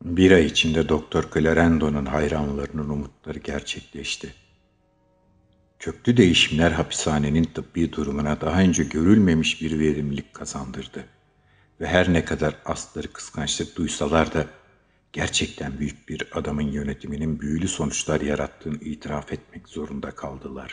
Bir ay içinde Doktor Clarendo'nun hayranlarının umutları gerçekleşti. Köklü değişimler hapishanenin tıbbi durumuna daha önce görülmemiş bir verimlilik kazandırdı. Ve her ne kadar asları kıskançlık duysalar da gerçekten büyük bir adamın yönetiminin büyülü sonuçlar yarattığını itiraf etmek zorunda kaldılar.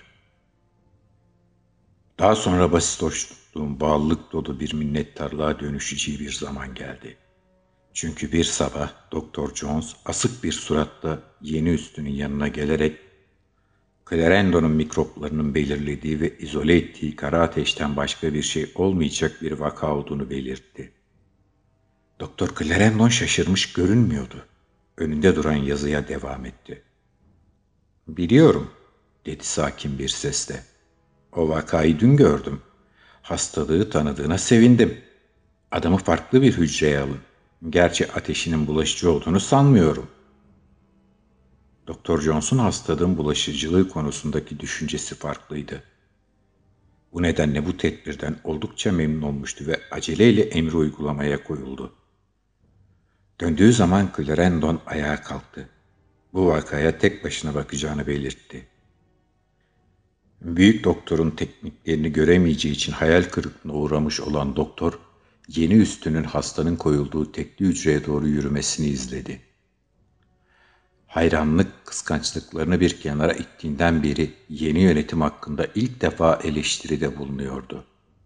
Daha sonra basit hoşnutluğun bağlılık dolu bir minnettarlığa dönüşeceği bir zaman geldi. Çünkü bir sabah Doktor Jones asık bir suratla yeni üstünün yanına gelerek Clarendo'nun mikroplarının belirlediği ve izole ettiği kara ateşten başka bir şey olmayacak bir vaka olduğunu belirtti. Doktor Clarendon şaşırmış görünmüyordu. Önünde duran yazıya devam etti. "Biliyorum," dedi sakin bir sesle. "O vakayı dün gördüm. Hastalığı tanıdığına sevindim. Adamı farklı bir hücreye alın. Gerçi ateşinin bulaşıcı olduğunu sanmıyorum." Doktor Jones'un hastalığın bulaşıcılığı konusundaki düşüncesi farklıydı. Bu nedenle bu tedbirden oldukça memnun olmuştu ve aceleyle emri uygulamaya koyuldu. Döndüğü zaman Clarendon ayağa kalktı. Bu vakaya tek başına bakacağını belirtti. Büyük doktorun tekniklerini göremeyeceği için hayal kırıklığına uğramış olan doktor, yeni üstünün hastanın koyulduğu tekli hücreye doğru yürümesini izledi. Hayranlık, kıskançlıklarını bir kenara ittiğinden beri yeni yönetim hakkında ilk defa eleştiride bulunuyordu.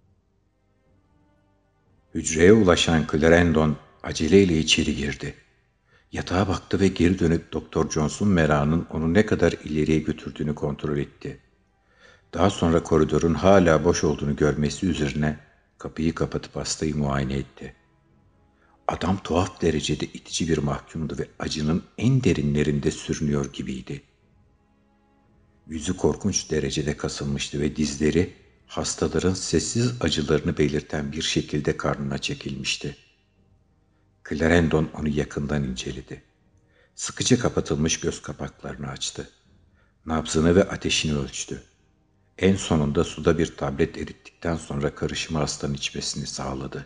Hücreye ulaşan Clarendon aceleyle içeri girdi. Yatağa baktı ve geri dönüp Doktor Jones'un merakının onu ne kadar ileriye götürdüğünü kontrol etti. Daha sonra koridorun hala boş olduğunu görmesi üzerine kapıyı kapatıp hastayı muayene etti. Adam tuhaf derecede itici bir mahkumdu ve acının en derinlerinde sürünüyor gibiydi. Yüzü korkunç derecede kasılmıştı ve dizleri hastaların sessiz acılarını belirten bir şekilde karnına çekilmişti. Clarendon onu yakından inceledi. Sıkıca kapatılmış göz kapaklarını açtı. Nabzını ve ateşini ölçtü. En sonunda suda bir tablet erittikten sonra karışımı hastanın içmesini sağladı.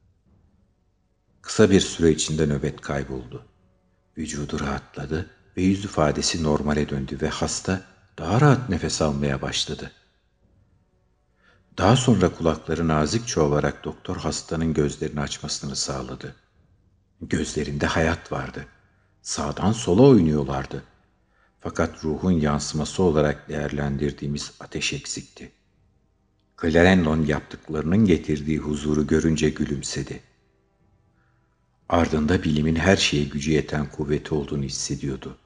Kısa bir süre içinde nöbet kayboldu. Vücudu rahatladı ve yüz ifadesi normale döndü ve hasta daha rahat nefes almaya başladı. Daha sonra kulakları nazikçe ovalarak doktor hastanın gözlerini açmasını sağladı. Gözlerinde hayat vardı. Sağdan sola oynuyorlardı. Fakat ruhun yansıması olarak değerlendirdiğimiz ateş eksikti. Clarendon yaptıklarının getirdiği huzuru görünce gülümsedi. Ardında bilimin her şeye gücü yeten kuvveti olduğunu hissediyordu.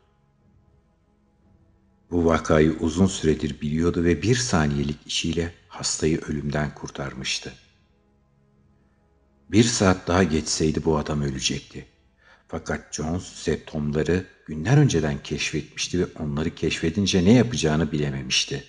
Bu vakayı uzun süredir biliyordu ve bir saniyelik işiyle hastayı ölümden kurtarmıştı. Bir saat daha geçseydi bu adam ölecekti. Fakat Jones semptomları günler önceden keşfetmişti ve onları keşfedince ne yapacağını bilememişti.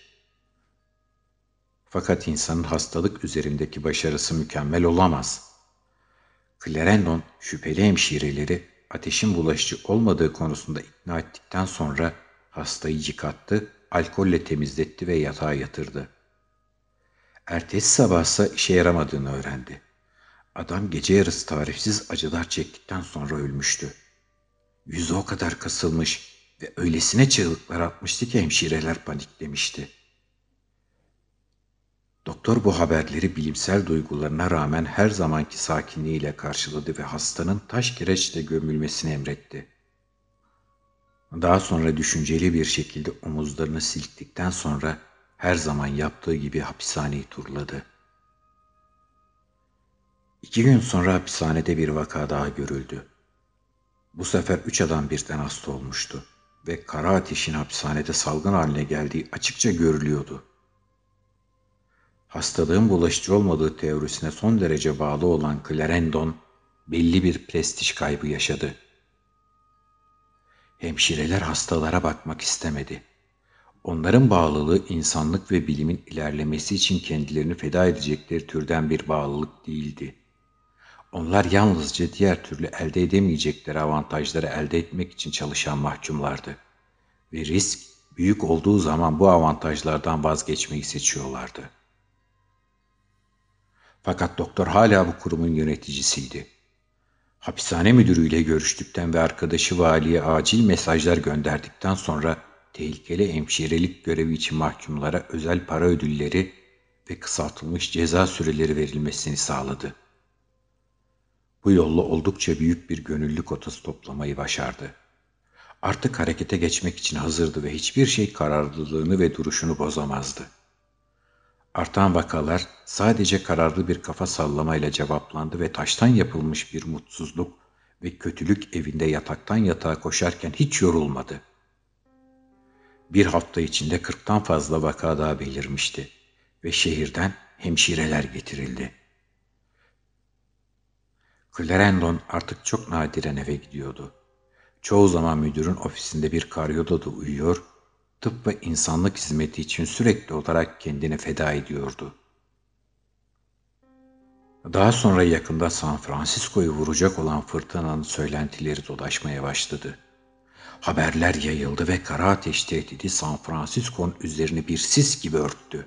Fakat insanın hastalık üzerindeki başarısı mükemmel olamaz. Clarendon şüpheli hemşireleri ateşin bulaşıcı olmadığı konusunda ikna ettikten sonra hastayı yıkattı, alkolle temizletti ve yatağa yatırdı. Ertesi sabahsa işe yaramadığını öğrendi. Adam gece yarısı tarifsiz acılar çektikten sonra ölmüştü. Yüzü o kadar kasılmış ve öylesine çığlıklar atmıştı ki hemşireler paniklemişti. Doktor bu haberleri bilimsel duygularına rağmen her zamanki sakinliğiyle karşıladı ve hastanın taş kireçle gömülmesini emretti. Daha sonra düşünceli bir şekilde omuzlarını silktikten sonra her zaman yaptığı gibi hapishaneyi turladı. 2 gün sonra hapishanede bir vaka daha görüldü. Bu sefer 3 adam birden hasta olmuştu ve kara ateşin hapishanede salgın haline geldiği açıkça görülüyordu. Hastalığın bulaşıcı olmadığı teorisine son derece bağlı olan Clarendon belli bir prestij kaybı yaşadı. Hemşireler hastalara bakmak istemedi. Onların bağlılığı insanlık ve bilimin ilerlemesi için kendilerini feda edecekleri türden bir bağlılık değildi. Onlar yalnızca diğer türlü elde edemeyecekleri avantajları elde etmek için çalışan mahkumlardı. Ve risk büyük olduğu zaman bu avantajlardan vazgeçmeyi seçiyorlardı. Fakat doktor hala bu kurumun yöneticisiydi. Hapishane müdürüyle görüştükten ve arkadaşı valiye acil mesajlar gönderdikten sonra tehlikeli hemşirelik görevi için mahkumlara özel para ödülleri ve kısaltılmış ceza süreleri verilmesini sağladı. Bu yolla oldukça büyük bir gönüllü kotası toplamayı başardı. Artık harekete geçmek için hazırdı ve hiçbir şey kararlılığını ve duruşunu bozamazdı. Artan vakalar sadece kararlı bir kafa sallamayla cevaplandı ve taştan yapılmış bir mutsuzluk ve kötülük evinde yataktan yatağa koşarken hiç yorulmadı. Bir hafta içinde 40'tan fazla vaka daha belirmişti ve şehirden hemşireler getirildi. Clarendon artık çok nadiren eve gidiyordu. Çoğu zaman müdürün ofisinde bir karyoda uyuyor, tıp ve insanlık hizmeti için sürekli olarak kendini feda ediyordu. Daha sonra yakında San Francisco'yu vuracak olan fırtınanın söylentileri dolaşmaya başladı. Haberler yayıldı ve kara ateş tehdidi San Francisco'nun üzerini bir sis gibi örttü.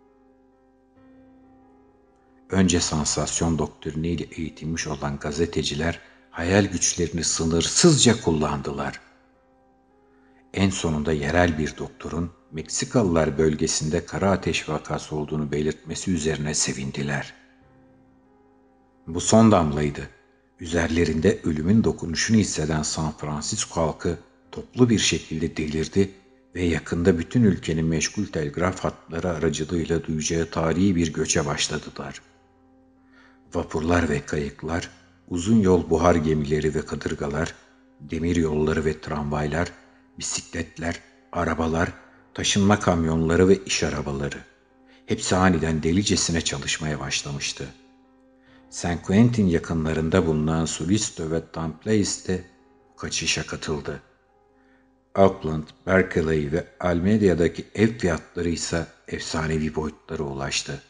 Önce sansasyon doktriniyle eğitilmiş olan gazeteciler hayal güçlerini sınırsızca kullandılar. En sonunda yerel bir doktorun Meksikalılar bölgesinde kara ateş vakası olduğunu belirtmesi üzerine sevindiler. Bu son damlaydı. Üzerlerinde ölümün dokunuşunu hisseden San Francisco halkı toplu bir şekilde delirdi ve yakında bütün ülkenin meşgul telgraf hatları aracılığıyla duyacağı tarihi bir göçe başladılar. Vapurlar ve kayıklar, uzun yol buhar gemileri ve kadırgalar, demir yolları ve tramvaylar, bisikletler, arabalar, taşınma kamyonları ve iş arabaları. Hepsi aniden delicesine çalışmaya başlamıştı. San Quentin yakınlarında bulunan Sulisto ve Tamplace'de kaçışa katıldı. Auckland, Berkeley ve Almedia'daki ev fiyatları ise efsanevi boyutlara ulaştı.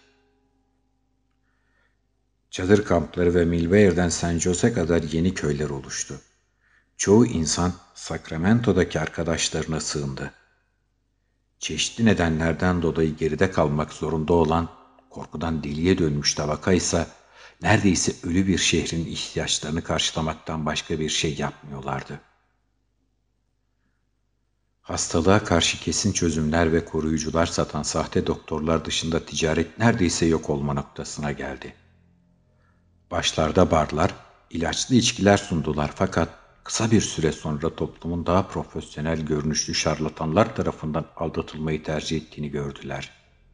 Çadır kampları ve Millware'den San Jose kadar yeni köyler oluştu. Çoğu insan Sacramento'daki arkadaşlarına sığındı. Çeşitli nedenlerden dolayı geride kalmak zorunda olan, korkudan deliye dönmüş tabaka ise neredeyse ölü bir şehrin ihtiyaçlarını karşılamaktan başka bir şey yapmıyorlardı. Hastalığa karşı kesin çözümler ve koruyucular satan sahte doktorlar dışında ticaret neredeyse yok olma noktasına geldi. Başlarda barlar, ilaçlı içkiler sundular fakat kısa bir süre sonra toplumun daha profesyonel görünüşlü şarlatanlar tarafından aldatılmayı tercih ettiğini gördüler.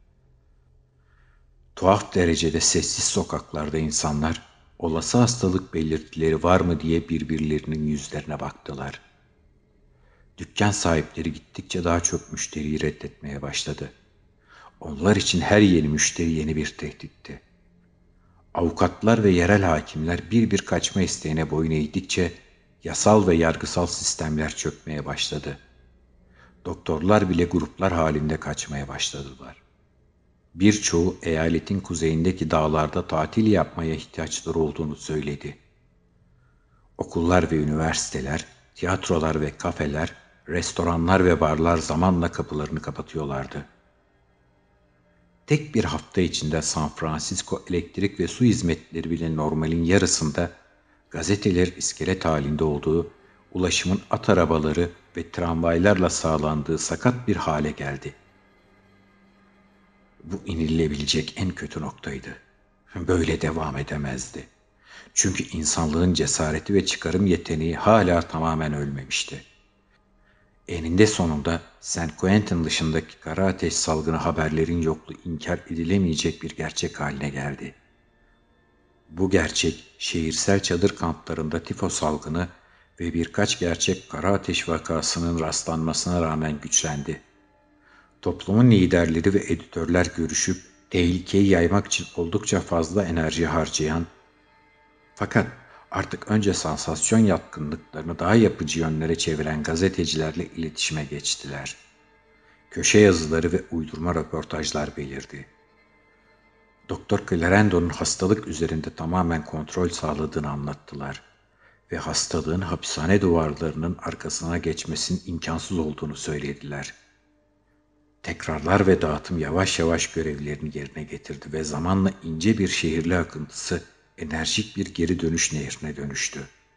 Tuhaf derecede sessiz sokaklarda insanlar, olası hastalık belirtileri var mı diye birbirlerinin yüzlerine baktılar. Dükkan sahipleri gittikçe daha çok müşteriyi reddetmeye başladı. Onlar için her yeni müşteri yeni bir tehditti. Avukatlar ve yerel hakimler bir bir kaçma isteğine boyun eğdikçe yasal ve yargısal sistemler çökmeye başladı. Doktorlar bile gruplar halinde kaçmaya başladılar. Birçoğu eyaletin kuzeyindeki dağlarda tatil yapmaya ihtiyaçları olduğunu söyledi. Okullar ve üniversiteler, tiyatrolar ve kafeler, restoranlar ve barlar zamanla kapılarını kapatıyorlardı. Tek bir hafta içinde San Francisco elektrik ve su hizmetleri bile normalin yarısında, gazeteler iskelet halinde olduğu, ulaşımın at arabaları ve tramvaylarla sağlandığı sakat bir hale geldi. Bu inilebilecek en kötü noktaydı. Böyle devam edemezdi. Çünkü insanlığın cesareti ve çıkarım yeteneği hala tamamen ölmemişti. Eninde sonunda San Quentin dışındaki kara ateş salgını haberlerin yokluğu inkar edilemeyecek bir gerçek haline geldi. Bu gerçek şehirsel çadır kamplarında tifo salgını ve birkaç gerçek kara ateş vakasının rastlanmasına rağmen güçlendi. Toplumun liderleri ve editörler görüşüp tehlikeyi yaymak için oldukça fazla enerji harcayan, fakat artık önce sansasyon yatkınlıklarını daha yapıcı yönlere çeviren gazetecilerle iletişime geçtiler. Köşe yazıları ve uydurma röportajlar belirdi. Doktor Clarendon'un hastalık üzerinde tamamen kontrol sağladığını anlattılar ve hastalığın hapishane duvarlarının arkasına geçmesinin imkansız olduğunu söylediler. Tekrarlar ve dağıtım yavaş yavaş görevlerini yerine getirdi ve zamanla ince bir şehirli akıntısı enerjik bir geri dönüş nehrine dönüştü.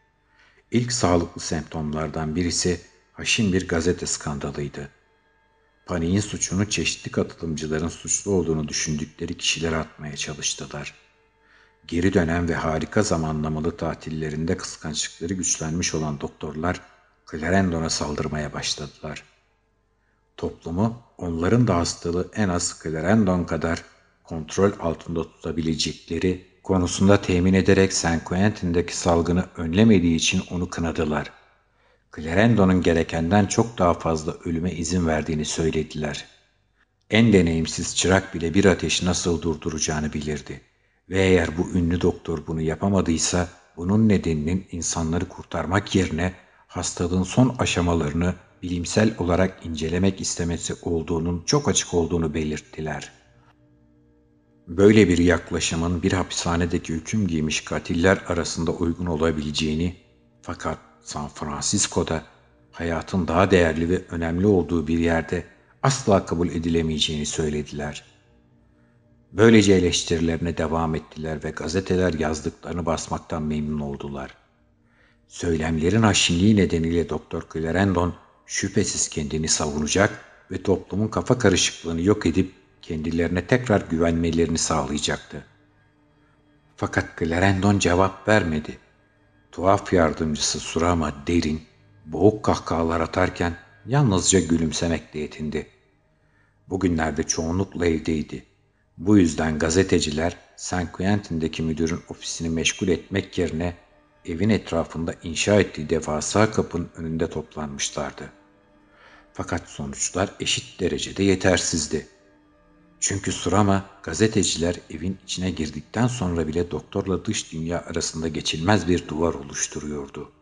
İlk sağlıklı semptomlardan birisi haşin bir gazete skandalıydı. Paniğin suçunu çeşitli katılımcıların suçlu olduğunu düşündükleri kişilere atmaya çalıştılar. Geri dönen ve harika zamanlamalı tatillerinde kıskançlıkları güçlenmiş olan doktorlar Clarendon'a saldırmaya başladılar. Toplumu onların da hastalığı en az Clarendon kadar kontrol altında tutabilecekleri konusunda temin ederek Saint Quentin'deki salgını önlemediği için onu kınadılar. Clarendon'un gerekenden çok daha fazla ölüme izin verdiğini söylediler. En deneyimsiz çırak bile bir ateşi nasıl durduracağını bilirdi. Ve eğer bu ünlü doktor bunu yapamadıysa bunun nedeninin insanları kurtarmak yerine hastalığın son aşamalarını bilimsel olarak incelemek istemesi olduğunun çok açık olduğunu belirttiler. Böyle bir yaklaşımın bir hapishanedeki hüküm giymiş katiller arasında uygun olabileceğini, fakat San Francisco'da hayatın daha değerli ve önemli olduğu bir yerde asla kabul edilemeyeceğini söylediler. Böylece eleştirilerine devam ettiler ve gazeteler yazdıklarını basmaktan memnun oldular. Söylemlerin haşinliği nedeniyle Doktor Clarendon şüphesiz kendini savunacak ve toplumun kafa karışıklığını yok edip kendilerine tekrar güvenmelerini sağlayacaktı. Fakat Clarendon cevap vermedi. Tuhaf yardımcısı Surama derin, boğuk kahkahalar atarken yalnızca gülümsemekle yetindi. Bugünlerde çoğunlukla evdeydi. Bu yüzden gazeteciler Saint Quentin'deki müdürün ofisini meşgul etmek yerine evin etrafında inşa ettiği devasa kapının önünde toplanmışlardı. Fakat sonuçlar eşit derecede yetersizdi. Çünkü Surama gazeteciler evin içine girdikten sonra bile doktorla dış dünya arasında geçilmez bir duvar oluşturuyordu.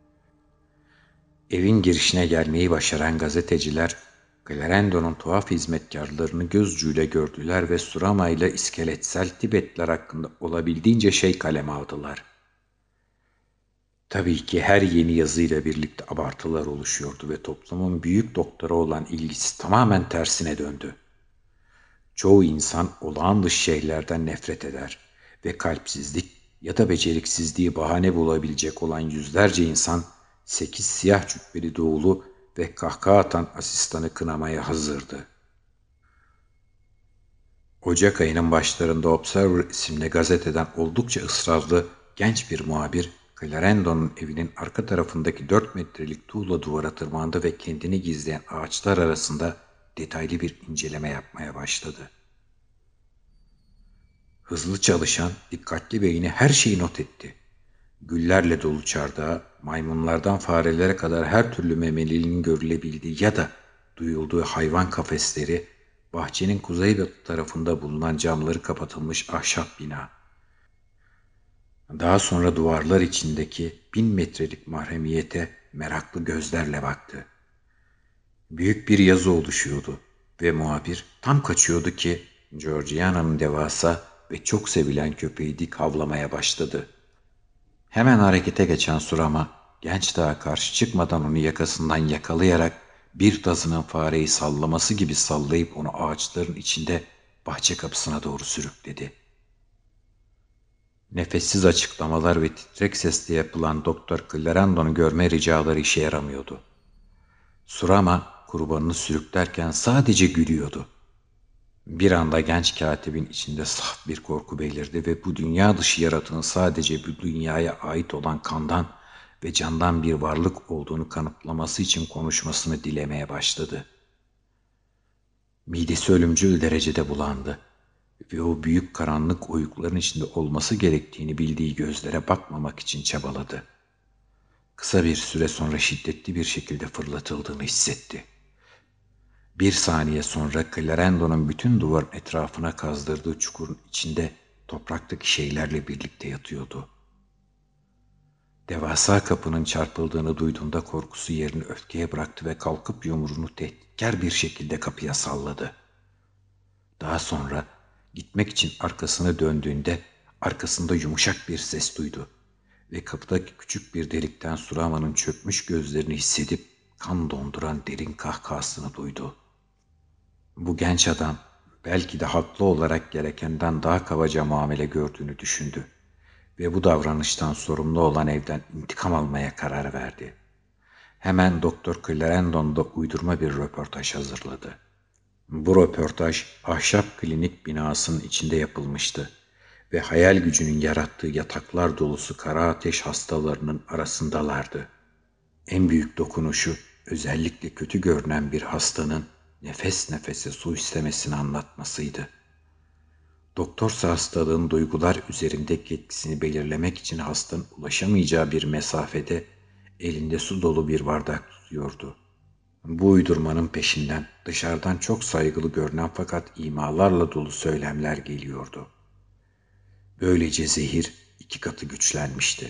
Evin girişine gelmeyi başaran gazeteciler, Clarendon'un tuhaf hizmetkarlarını göz ucuyla gördüler ve Surama ile iskeletsel Tibetler hakkında olabildiğince şey kaleme aldılar. Tabii ki her yeni yazıyla birlikte abartılar oluşuyordu ve toplumun büyük doktora olan ilgisi tamamen tersine döndü. Çoğu insan olağan dışı şeylerden nefret eder ve kalpsizlik ya da beceriksizliği bahane bulabilecek olan yüzlerce insan 8 siyah cübbeli doğulu ve kahkaha atan asistanı kınamaya hazırdı. Ocak ayının başlarında Observer isimli gazeteden oldukça ısrarlı genç bir muhabir, Clarendon'un evinin arka tarafındaki 4 metrelik tuğla duvara tırmandı ve kendini gizleyen ağaçlar arasında detaylı bir inceleme yapmaya başladı. Hızlı çalışan, dikkatli beyni her şeyi not etti. Güllerle dolu çardağı, maymunlardan farelere kadar her türlü memeliliğin görülebildiği ya da duyulduğu hayvan kafesleri, bahçenin kuzeybatı tarafında bulunan camları kapatılmış ahşap bina. Daha sonra duvarlar içindeki 1000 metrelik mahremiyete meraklı gözlerle baktı. Büyük bir yazı oluşuyordu ve muhabir tam kaçıyordu ki Georgiana'nın devasa ve çok sevilen köpeği Dick havlamaya başladı. Hemen harekete geçen Surama, genç dağa karşı çıkmadan onu yakasından yakalayarak bir tazının fareyi sallaması gibi sallayıp onu ağaçların içinde bahçe kapısına doğru sürükledi. Nefessiz açıklamalar ve titrek sesle yapılan Doktor Clarendon'u görme ricaları işe yaramıyordu. Surama kurbanını sürüklerken sadece gülüyordu. Bir anda genç katibin içinde saf bir korku belirdi ve bu dünya dışı yaratığın sadece bu dünyaya ait olan kandan ve candan bir varlık olduğunu kanıtlaması için konuşmasını dilemeye başladı. Midesi ölümcül derecede bulandı ve o büyük karanlık oyukların içinde olması gerektiğini bildiği gözlere bakmamak için çabaladı. Kısa bir süre sonra şiddetli bir şekilde fırlatıldığını hissetti. Bir saniye sonra Clarendon'un bütün duvarın etrafına kazdırdığı çukurun içinde topraktaki şeylerle birlikte yatıyordu. Devasa kapının çarpıldığını duyduğunda korkusu yerini öfkeye bıraktı ve kalkıp yumruğunu tehditkar bir şekilde kapıya salladı. Daha sonra gitmek için arkasını döndüğünde arkasında yumuşak bir ses duydu ve kapıdaki küçük bir delikten Surama'nın çökmüş gözlerini hissedip kan donduran derin kahkahasını duydu. Bu genç adam belki de haklı olarak gerekenden daha kabaca muamele gördüğünü düşündü ve bu davranıştan sorumlu olan evden intikam almaya karar verdi. Hemen Doktor Clarendon'da uydurma bir röportaj hazırladı. Bu röportaj ahşap klinik binasının içinde yapılmıştı ve hayal gücünün yarattığı yataklar dolusu kara ateş hastalarının arasındalardı. En büyük dokunuşu özellikle kötü görünen bir hastanın nefes nefese su istemesini anlatmasıydı. Doktorsa hastalığın duygular üzerindeki etkisini belirlemek için hastanın ulaşamayacağı bir mesafede elinde su dolu bir bardak tutuyordu. Bu uydurmanın peşinden dışarıdan çok saygılı görünen fakat imalarla dolu söylemler geliyordu. Böylece zehir 2 katı güçlenmişti.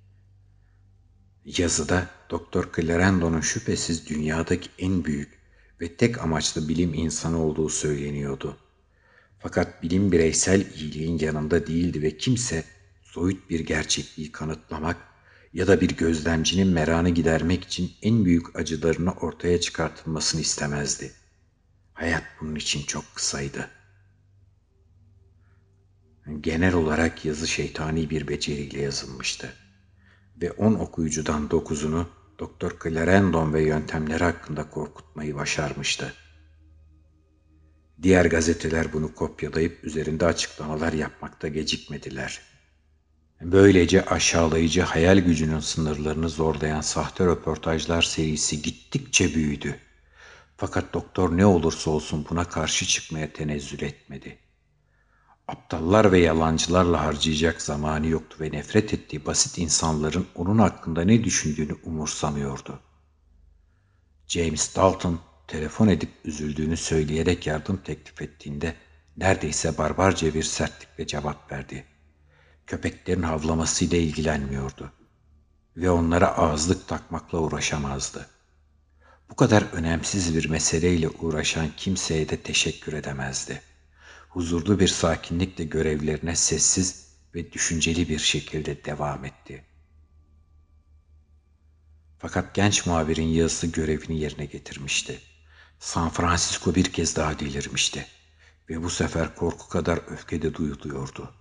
Yazıda Doktor Clarendon'un şüphesiz dünyadaki en büyük ve tek amaçlı bilim insanı olduğu söyleniyordu. Fakat bilim bireysel iyiliğin yanında değildi ve kimse soyut bir gerçekliği kanıtlamak ya da bir gözlemcinin merakını gidermek için en büyük acılarını ortaya çıkartılmasını istemezdi. Hayat bunun için çok kısaydı. Genel olarak yazı şeytani bir beceriyle yazılmıştı ve 10 okuyucudan 9'unu Doktor Clarendon ve yöntemleri hakkında korkutmayı başarmıştı. Diğer gazeteler bunu kopyalayıp üzerinde açıklamalar yapmakta gecikmediler. Böylece aşağılayıcı hayal gücünün sınırlarını zorlayan sahte röportajlar serisi gittikçe büyüdü. Fakat doktor ne olursa olsun buna karşı çıkmaya tenezzül etmedi. Aptallar ve yalancılarla harcayacak zamanı yoktu ve nefret ettiği basit insanların onun hakkında ne düşündüğünü umursamıyordu. James Dalton telefon edip üzüldüğünü söyleyerek yardım teklif ettiğinde neredeyse barbarca bir sertlikle cevap verdi. Köpeklerin havlamasıyla ilgilenmiyordu ve onlara ağızlık takmakla uğraşamazdı. Bu kadar önemsiz bir meseleyle uğraşan kimseye de teşekkür edemezdi. Huzurlu bir sakinlikle görevlerine sessiz ve düşünceli bir şekilde devam etti. Fakat genç muhabirin yazısı görevini yerine getirmişti. San Francisco bir kez daha delirmişti ve bu sefer korku kadar öfke de duyuluyordu.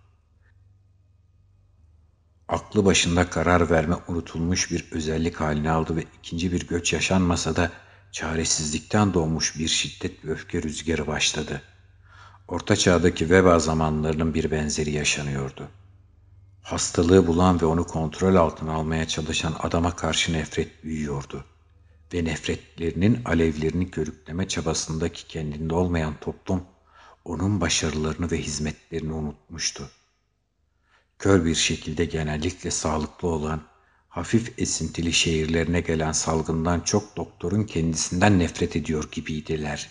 Aklı başında karar verme unutulmuş bir özellik haline aldı ve ikinci bir göç yaşanmasa da çaresizlikten doğmuş bir şiddet ve öfke rüzgarı başladı. Orta çağdaki veba zamanlarının bir benzeri yaşanıyordu. Hastalığı bulan ve onu kontrol altına almaya çalışan adama karşı nefret büyüyordu. Ve nefretlerinin alevlerini körükleme çabasındaki kendinde olmayan toplum, onun başarılarını ve hizmetlerini unutmuştu. Kör bir şekilde genellikle sağlıklı olan, hafif esintili şehirlerine gelen salgından çok doktorun kendisinden nefret ediyor gibiydiler.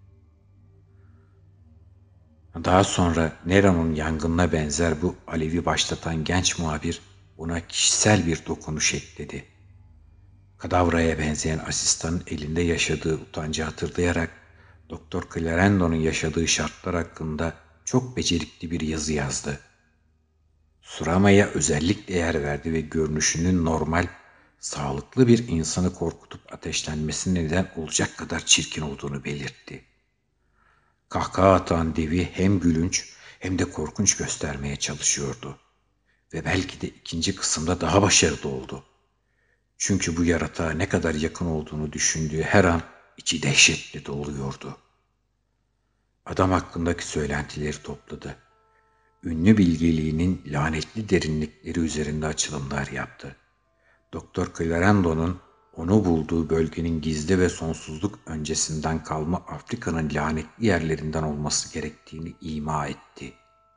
Daha sonra Nero'nun yangınına benzer bu alevi başlatan genç muhabir buna kişisel bir dokunuş ekledi. Kadavraya benzeyen asistanın elinde yaşadığı utancı hatırlayarak Doktor Clarendon'un yaşadığı şartlar hakkında çok becerikli bir yazı yazdı. Surama'ya özellikle yer verdi ve görünüşünün normal, sağlıklı bir insanı korkutup ateşlenmesine neden olacak kadar çirkin olduğunu belirtti. Kahkaha atan devi hem gülünç hem de korkunç göstermeye çalışıyordu. Ve belki de ikinci kısımda daha başarılı oldu. Çünkü bu yaratığa ne kadar yakın olduğunu düşündüğü her an içi dehşetle doluyordu. Adam hakkındaki söylentileri topladı. Ünlü bilgeliğinin lanetli derinlikleri üzerinde açılımlar yaptı. Doktor Clarendon'un onu bulduğu bölgenin gizli ve sonsuzluk öncesinden kalma Afrika'nın lanetli yerlerinden olması gerektiğini ima etti.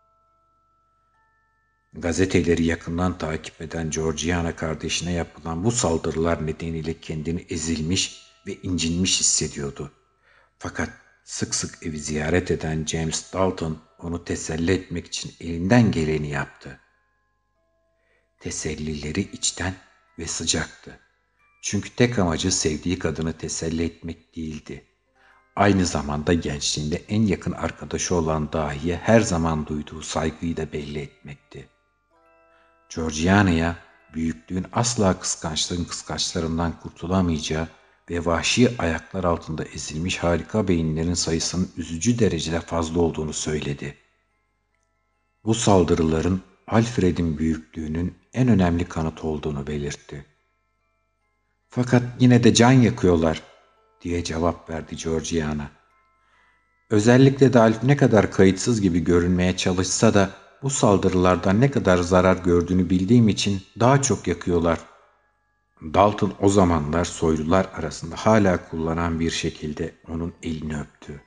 Gazeteleri yakından takip eden Georgiana kardeşine yapılan bu saldırılar nedeniyle kendini ezilmiş ve incinmiş hissediyordu. Fakat sık sık evi ziyaret eden James Dalton onu teselli etmek için elinden geleni yaptı. Tesellileri içten ve sıcaktı. Çünkü tek amacı sevdiği kadını teselli etmek değildi. Aynı zamanda gençliğinde en yakın arkadaşı olan dahiye her zaman duyduğu saygıyı da belli etmekti. Georgiana'ya büyüklüğün asla kıskançlığın kıskaçlarından kurtulamayacağı ve vahşi ayaklar altında ezilmiş harika beyinlerin sayısının üzücü derecede fazla olduğunu söyledi. Bu saldırıların Alfred'in büyüklüğünün en önemli kanıtı olduğunu belirtti. "Fakat yine de can yakıyorlar," diye cevap verdi Georgiana. "Özellikle de Alf ne kadar kayıtsız gibi görünmeye çalışsa da bu saldırılardan ne kadar zarar gördüğünü bildiğim için daha çok yakıyorlar." Dalton o zamanlar soylular arasında hala kullanan bir şekilde onun elini öptü.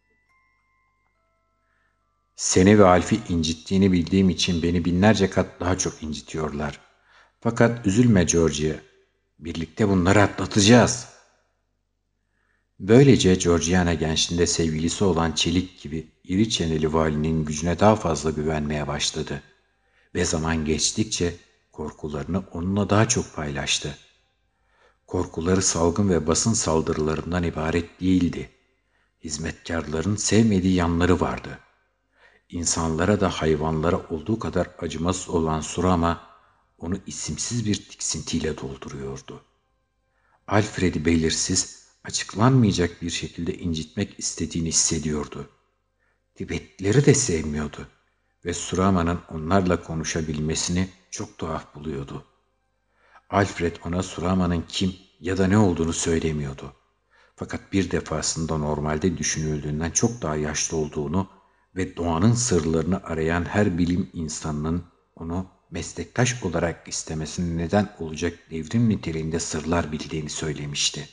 "Seni ve Alf'i incittiğini bildiğim için beni binlerce kat daha çok incitiyorlar. Fakat üzülme Georgia, birlikte bunları atlatacağız." Böylece Georgiana gençliğinde sevgilisi olan Çelik gibi iri çeneli valinin gücüne daha fazla güvenmeye başladı. Ve zaman geçtikçe korkularını onunla daha çok paylaştı. Korkuları salgın ve basın saldırılarından ibaret değildi. Hizmetkarların sevmediği yanları vardı. İnsanlara da hayvanlara olduğu kadar acımasız olan Surama onu isimsiz bir tiksintiyle dolduruyordu. Alfred'i belirsiz, açıklanmayacak bir şekilde incitmek istediğini hissediyordu. Tibetlileri de sevmiyordu ve Surama'nın onlarla konuşabilmesini çok tuhaf buluyordu. Alfred ona Surama'nın kim ya da ne olduğunu söylemiyordu. Fakat bir defasında normalde düşünüldüğünden çok daha yaşlı olduğunu ve doğanın sırlarını arayan her bilim insanının onu meslektaş olarak istemesine neden olacak devrim niteliğinde sırlar bildiğini söylemişti.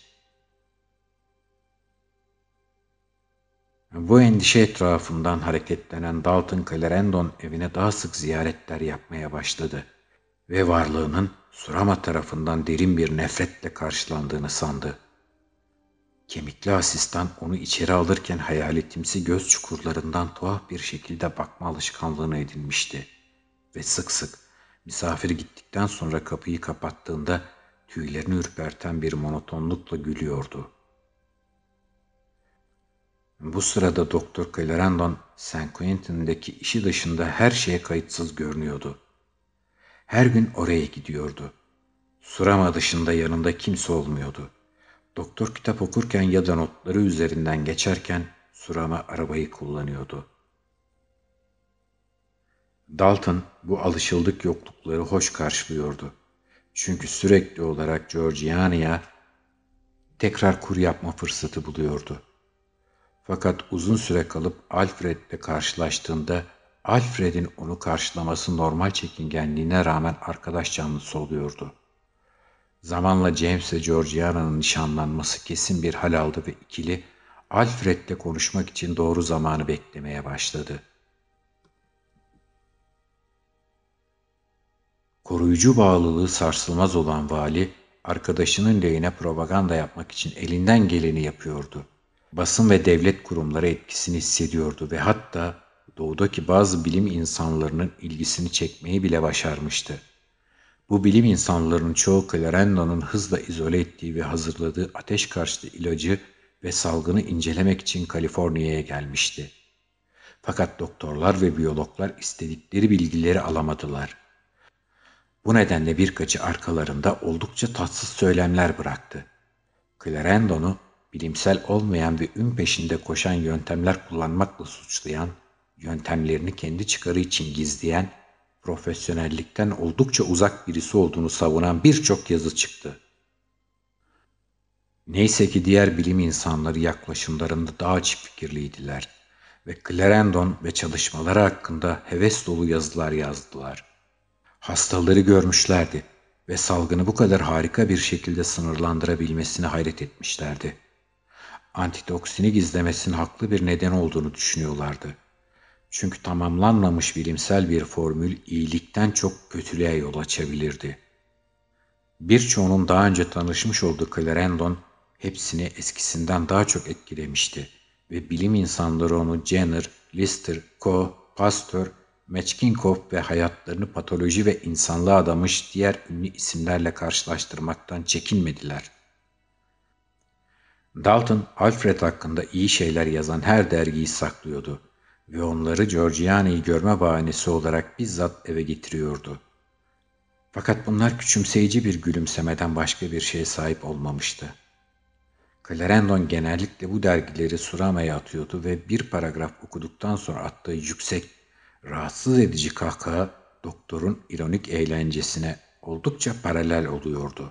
Bu endişe etrafından hareketlenen Dalton Clarendon evine daha sık ziyaretler yapmaya başladı ve varlığının Surama tarafından derin bir nefretle karşılandığını sandı. Kemikli asistan onu içeri alırken hayaletimsi göz çukurlarından tuhaf bir şekilde bakma alışkanlığını edinmişti ve sık sık misafir gittikten sonra kapıyı kapattığında tüylerini ürperten bir monotonlukla gülüyordu. Bu sırada Doktor Clarendon, St. Quentin'deki işi dışında her şeye kayıtsız görünüyordu. Her gün oraya gidiyordu. Surama dışında yanında kimse olmuyordu. Doktor kitap okurken ya da notları üzerinden geçerken Surama arabayı kullanıyordu. Dalton bu alışıldık yoklukları hoş karşılıyordu. Çünkü sürekli olarak Georgiana'ya tekrar kur yapma fırsatı buluyordu. Fakat uzun süre kalıp Alfred'le karşılaştığında Alfred'in onu karşılaması normal çekingenliğine rağmen arkadaş canlısı oluyordu. Zamanla James ve Georgiana'nın nişanlanması kesin bir hal aldı ve ikili Alfred'le konuşmak için doğru zamanı beklemeye başladı. Koruyucu bağlılığı sarsılmaz olan vali, arkadaşının lehine propaganda yapmak için elinden geleni yapıyordu. Basın ve devlet kurumları etkisini hissediyordu ve hatta doğudaki bazı bilim insanlarının ilgisini çekmeyi bile başarmıştı. Bu bilim insanlarının çoğu Clarendon'un hızla izole ettiği ve hazırladığı ateş karşıtı ilacı ve salgını incelemek için Kaliforniya'ya gelmişti. Fakat doktorlar ve biyologlar istedikleri bilgileri alamadılar. Bu nedenle birkaçı arkalarında oldukça tatsız söylemler bıraktı. Clarendon'u bilimsel olmayan ve ün peşinde koşan yöntemler kullanmakla suçlayan, yöntemlerini kendi çıkarı için gizleyen, profesyonellikten oldukça uzak birisi olduğunu savunan birçok yazı çıktı. Neyse ki diğer bilim insanları yaklaşımlarında daha açık fikirliydiler ve Clarendon ve çalışmaları hakkında heves dolu yazılar yazdılar. Hastaları görmüşlerdi ve salgını bu kadar harika bir şekilde sınırlandırabilmesine hayret etmişlerdi. Antitoksini gizlemesinin haklı bir neden olduğunu düşünüyorlardı. Çünkü tamamlanmamış bilimsel bir formül iyilikten çok kötülüğe yol açabilirdi. Birçoğunun daha önce tanışmış olduğu Clarendon hepsini eskisinden daha çok etkilemişti ve bilim insanları onu Jenner, Lister, Koch, Pasteur, Metchnikoff ve hayatlarını patoloji ve insanlığa adamış diğer ünlü isimlerle karşılaştırmaktan çekinmediler. Dalton, Alfred hakkında iyi şeyler yazan her dergiyi saklıyordu ve onları Georgiana'yı görme bahanesi olarak bizzat eve getiriyordu. Fakat bunlar küçümseyici bir gülümsemeden başka bir şeye sahip olmamıştı. Clarendon genellikle bu dergileri Surama'ya atıyordu ve bir paragraf okuduktan sonra attığı yüksek, rahatsız edici kahkaha doktorun ironik eğlencesine oldukça paralel oluyordu.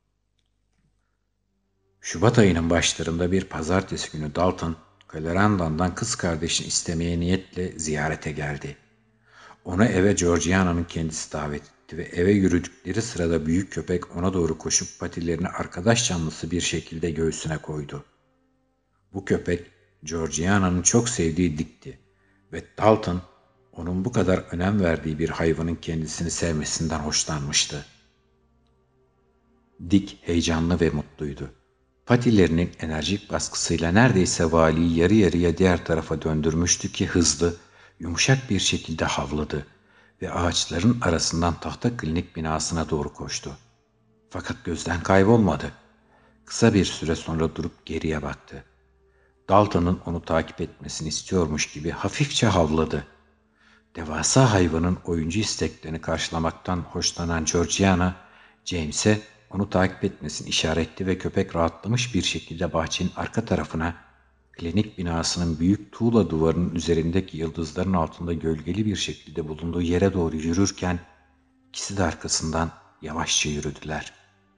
Şubat ayının başlarında bir pazartesi günü Dalton, Clarendon'dan kız kardeşini istemeye niyetle ziyarete geldi. Onu eve Georgiana'nın kendisi davet etti ve eve yürüdükleri sırada büyük köpek ona doğru koşup patilerini arkadaş canlısı bir şekilde göğsüne koydu. Bu köpek Georgiana'nın çok sevdiği Dick'ti ve Dalton onun bu kadar önem verdiği bir hayvanın kendisini sevmesinden hoşlanmıştı. Dick heyecanlı ve mutluydu. Patilerinin enerjik baskısıyla neredeyse valiyi yarı yarıya diğer tarafa döndürmüştü ki hızlı, yumuşak bir şekilde havladı ve ağaçların arasından tahta klinik binasına doğru koştu. Fakat gözden kaybolmadı. Kısa bir süre sonra durup geriye baktı. Dalton'un onu takip etmesini istiyormuş gibi hafifçe havladı. Devasa hayvanın oyuncu isteklerini karşılamaktan hoşlanan Georgiana, James'e onu takip etmesini işaret etti ve köpek rahatlamış bir şekilde bahçenin arka tarafına, klinik binasının büyük tuğla duvarının üzerindeki yıldızların altında gölgeli bir şekilde bulunduğu yere doğru yürürken, ikisi de arkasından yavaşça yürüdüler.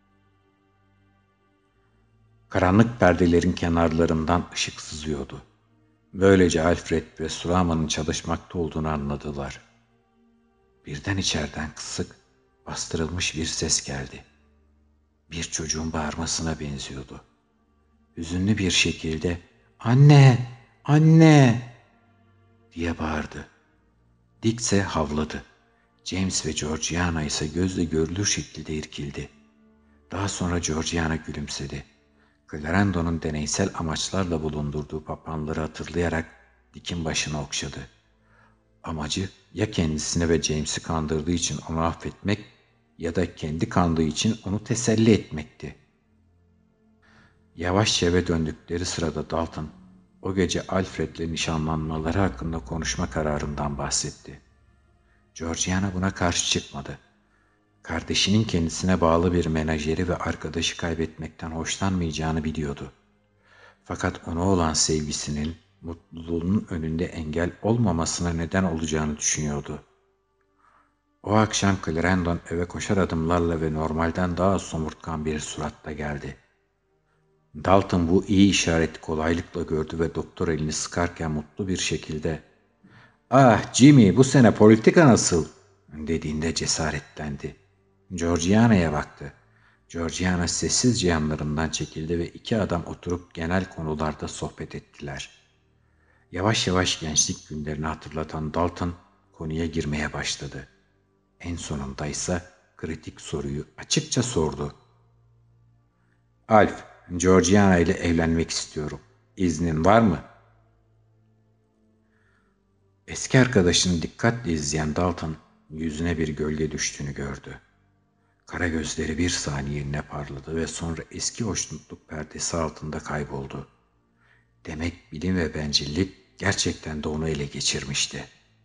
Karanlık perdelerin kenarlarından ışık sızıyordu. Böylece Alfred ve Sulaima'nın çalışmakta olduğunu anladılar. Birden içeriden kısık, bastırılmış bir ses geldi. Bir çocuğun bağırmasına benziyordu. Hüzünlü bir şekilde "Anne! Anne!" diye bağırdı. Dick ise havladı. James ve Georgiana ise gözle görülür şekilde irkildi. Daha sonra Georgiana gülümsedi. Clarendon'un deneysel amaçlarla bulundurduğu papağanları hatırlayarak Dick'in başını okşadı. Amacı ya kendisini ve James'i kandırdığı için onu affetmek ya da kendi kandığı için onu teselli etmekti. Yavaşça eve döndükleri sırada Dalton, o gece Alfred'le nişanlanmaları hakkında konuşma kararından bahsetti. Georgiana buna karşı çıkmadı. Kardeşinin kendisine bağlı bir menajeri ve arkadaşı kaybetmekten hoşlanmayacağını biliyordu. Fakat ona olan sevgisinin, mutluluğunun önünde engel olmamasına neden olacağını düşünüyordu. O akşam Clarendon eve koşar adımlarla ve normalden daha somurtkan bir suratla geldi. Dalton bu iyi işareti kolaylıkla gördü ve doktor elini sıkarken mutlu bir şekilde "Ah Jimmy, bu sene politika nasıl?" dediğinde cesaretlendi. Georgiana'ya baktı. Georgiana sessizce yanlarından çekildi ve iki adam oturup genel konularda sohbet ettiler. Yavaş yavaş gençlik günlerini hatırlatan Dalton konuya girmeye başladı. En sonunda ise kritik soruyu açıkça sordu. "Alf, Georgiana ile evlenmek istiyorum. İznin var mı?" Eski arkadaşını dikkatle izleyen Dalton yüzüne bir gölge düştüğünü gördü. Kara gözleri bir saniyeliğine parladı ve sonra eski hoşnutluk perdesi altında kayboldu. Demek bilim ve bencillik gerçekten de onu ele geçirmişti.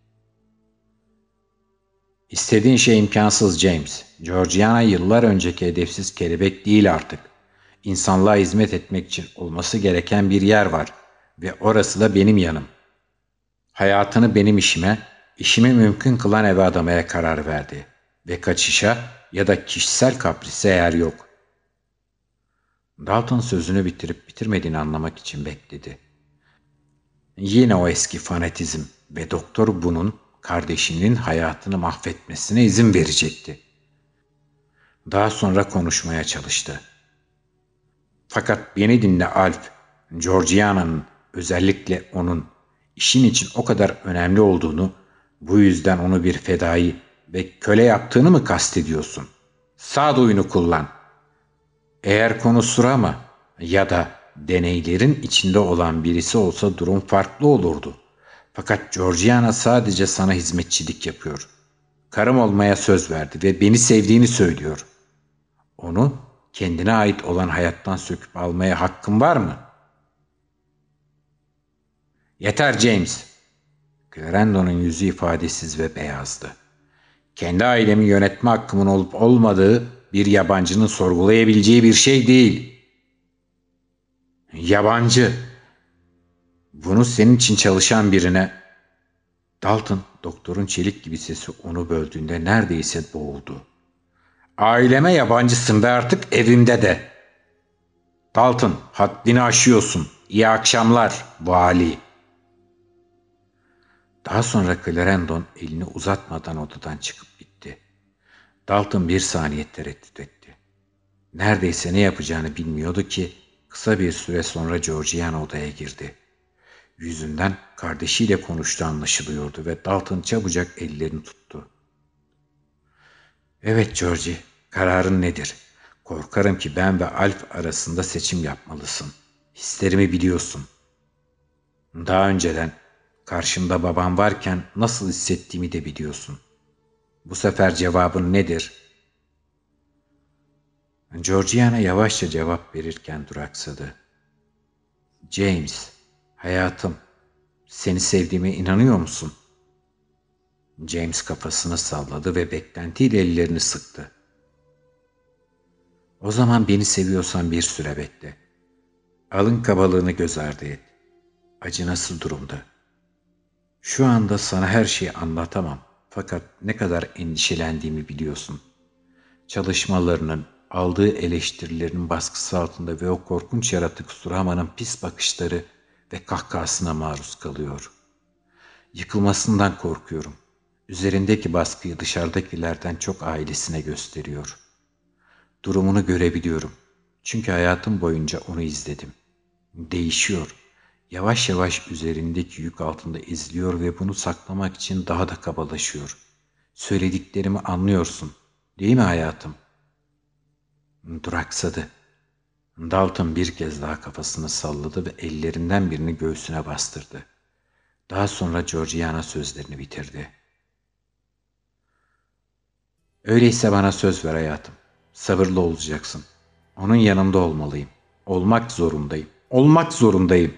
"İstediğin şey imkansız James. Georgiana yıllar önceki hedefsiz kelebek değil artık. İnsanlığa hizmet etmek için olması gereken bir yer var ve orası da benim yanım. Hayatını benim işimi mümkün kılan eve adamaya karar verdi ve kaçışa ya da kişisel kaprise yer yok." Dalton sözünü bitirip bitirmediğini anlamak için bekledi. Yine o eski fanatizm ve doktor bunun kardeşinin hayatını mahvetmesine izin verecekti. Daha sonra konuşmaya çalıştı. "Fakat beni dinle Alf, Georgiana'nın, özellikle onun işin için o kadar önemli olduğunu, bu yüzden onu bir fedai ve köle yaptığını mı kastediyorsun? Sağduyunu kullan. Eğer konu Surama ya da deneylerin içinde olan birisi olsa durum farklı olurdu. Fakat Georgiana sadece sana hizmetçilik yapıyor. Karım olmaya söz verdi ve beni sevdiğini söylüyor. Onu kendine ait olan hayattan söküp almaya hakkın var mı?" "Yeter James." Clarendon'un yüzü ifadesiz ve beyazdı. "Kendi ailemi yönetme hakkımın olup olmadığı bir yabancının sorgulayabileceği bir şey değil." "Yabancı. Bunu senin için çalışan birine..." Dalton, doktorun çelik gibi sesi onu böldüğünde neredeyse boğuldu. Aileme yabancısın ve artık evimde de. Dalton, haddini aşıyorsun. İyi akşamlar, vali. Daha sonra Clarendon elini uzatmadan odadan çıkıp gitti. Dalton bir saniye tereddüt etti. Neredeyse ne yapacağını bilmiyordu ki kısa bir süre sonra Georgiana odaya girdi. Yüzünden kardeşiyle konuştuğu anlaşılıyordu ve Dalton çabucak ellerini tuttu. Evet Georgie, kararın nedir? Korkarım ki ben ve Alf arasında seçim yapmalısın. Hislerimi biliyorsun. Daha önceden karşımda babam varken nasıl hissettiğimi de biliyorsun. Bu sefer cevabın nedir? Georgiana yavaşça cevap verirken duraksadı. James, hayatım, seni sevdiğime inanıyor musun? James kafasını salladı ve beklentiyle ellerini sıktı. O zaman beni seviyorsan bir süre bekle. Alın kabalığını göz ardı et. Acı nasıl durumda? Şu anda sana her şeyi anlatamam. Fakat ne kadar endişelendiğimi biliyorsun. Çalışmalarının, aldığı eleştirilerin baskısı altında ve o korkunç yaratık Surama'nın pis bakışları ve kahkahasına maruz kalıyor. Yıkılmasından korkuyorum. Üzerindeki baskıyı dışarıdakilerden çok ailesine gösteriyor. Durumunu görebiliyorum. Çünkü hayatım boyunca onu izledim. Değişiyor. Yavaş yavaş üzerindeki yük altında eziliyor ve bunu saklamak için daha da kabalaşıyor. Söylediklerimi anlıyorsun, değil mi hayatım? Duraksadı. Dalton bir kez daha kafasını salladı ve ellerinden birini göğsüne bastırdı. Daha sonra Georgiana sözlerini bitirdi. Öyleyse bana söz ver hayatım. Sabırlı olacaksın. Onun yanında olmalıyım. Olmak zorundayım. Olmak zorundayım.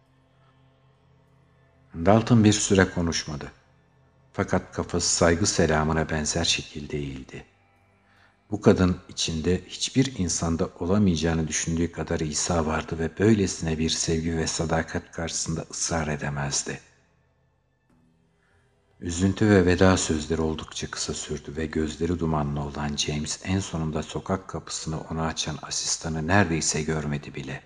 Dalton bir süre konuşmadı. Fakat kafası saygı selamına benzer şekilde eğildi. Bu kadın içinde hiçbir insanda olamayacağını düşündüğü kadar İsa vardı ve böylesine bir sevgi ve sadakat karşısında ısrar edemezdi. Üzüntü ve veda sözleri oldukça kısa sürdü ve gözleri dumanlı olan James en sonunda sokak kapısını ona açan asistanı neredeyse görmedi bile.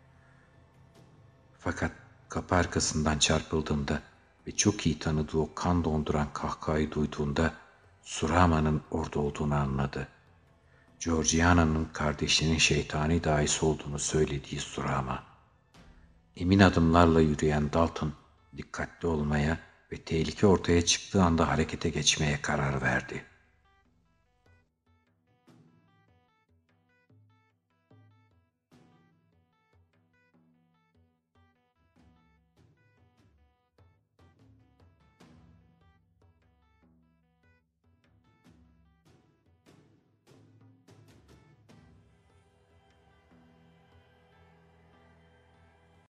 Fakat kapı arkasından çarpıldığında ve çok iyi tanıdığı o kan donduran kahkahayı duyduğunda Surama'nın orada olduğunu anladı. Georgiana'nın kardeşinin şeytani dahisi olduğunu söylediği Surama. Emin adımlarla yürüyen Dalton dikkatli olmaya ve tehlike ortaya çıktığı anda harekete geçmeye karar verdi.